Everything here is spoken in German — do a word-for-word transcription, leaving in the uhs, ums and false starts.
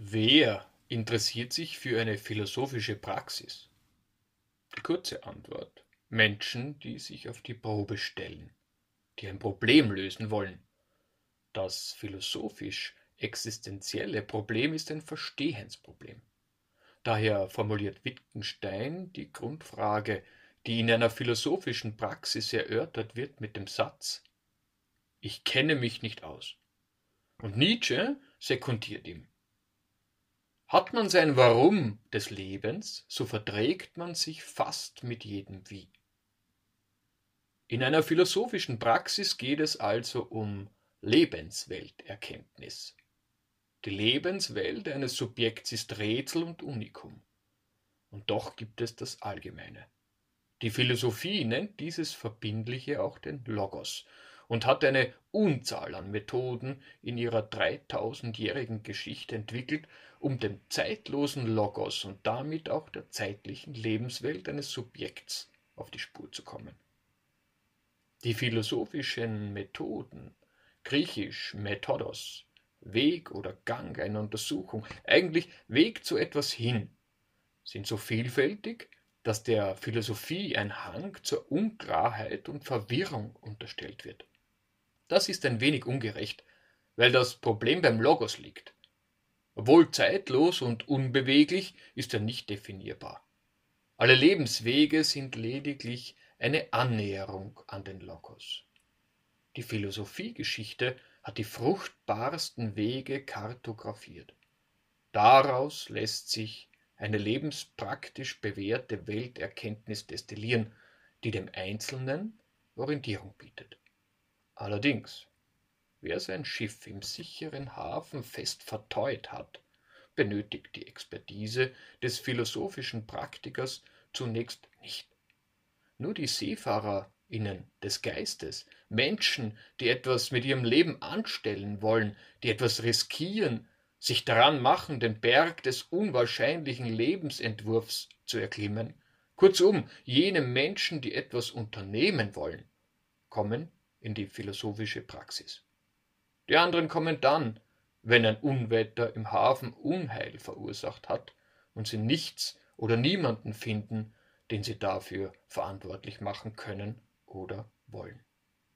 Wer interessiert sich für eine philosophische Praxis? Die kurze Antwort: Menschen, die sich auf die Probe stellen, die ein Problem lösen wollen. Das philosophisch-existenzielle Problem ist ein Verstehensproblem. Daher formuliert Wittgenstein die Grundfrage, die in einer philosophischen Praxis erörtert wird, mit dem Satz: Ich kenne mich nicht aus. Und Nietzsche sekundiert ihm: Hat man sein Warum des Lebens, so verträgt man sich fast mit jedem Wie. In einer philosophischen Praxis geht es also um Lebenswelterkenntnis. Die Lebenswelt eines Subjekts ist Rätsel und Unikum. Und doch gibt es das Allgemeine. Die Philosophie nennt dieses Verbindliche auch den Logos und hat eine Unzahl an Methoden in ihrer dreitausendjährigen Geschichte entwickelt, um dem zeitlosen Logos und damit auch der zeitlichen Lebenswelt eines Subjekts auf die Spur zu kommen. Die philosophischen Methoden, griechisch Methodos, Weg oder Gang einer Untersuchung, eigentlich Weg zu etwas hin, sind so vielfältig, dass der Philosophie ein Hang zur Unklarheit und Verwirrung unterstellt wird. Das ist ein wenig ungerecht, weil das Problem beim Logos liegt. Obwohl zeitlos und unbeweglich, ist er nicht definierbar. Alle Lebenswege sind lediglich eine Annäherung an den Logos. Die Philosophiegeschichte hat die fruchtbarsten Wege kartografiert. Daraus lässt sich eine lebenspraktisch bewährte Welterkenntnis destillieren, die dem Einzelnen Orientierung bietet. Allerdings, wer sein Schiff im sicheren Hafen fest verteut hat, benötigt die Expertise des philosophischen Praktikers zunächst nicht. Nur die SeefahrerInnen des Geistes, Menschen, die etwas mit ihrem Leben anstellen wollen, die etwas riskieren, sich daran machen, den Berg des unwahrscheinlichen Lebensentwurfs zu erklimmen, kurzum, jene Menschen, die etwas unternehmen wollen, kommen in die philosophische Praxis. Die anderen kommen dann, wenn ein Unwetter im Hafen Unheil verursacht hat und sie nichts oder niemanden finden, den sie dafür verantwortlich machen können oder wollen.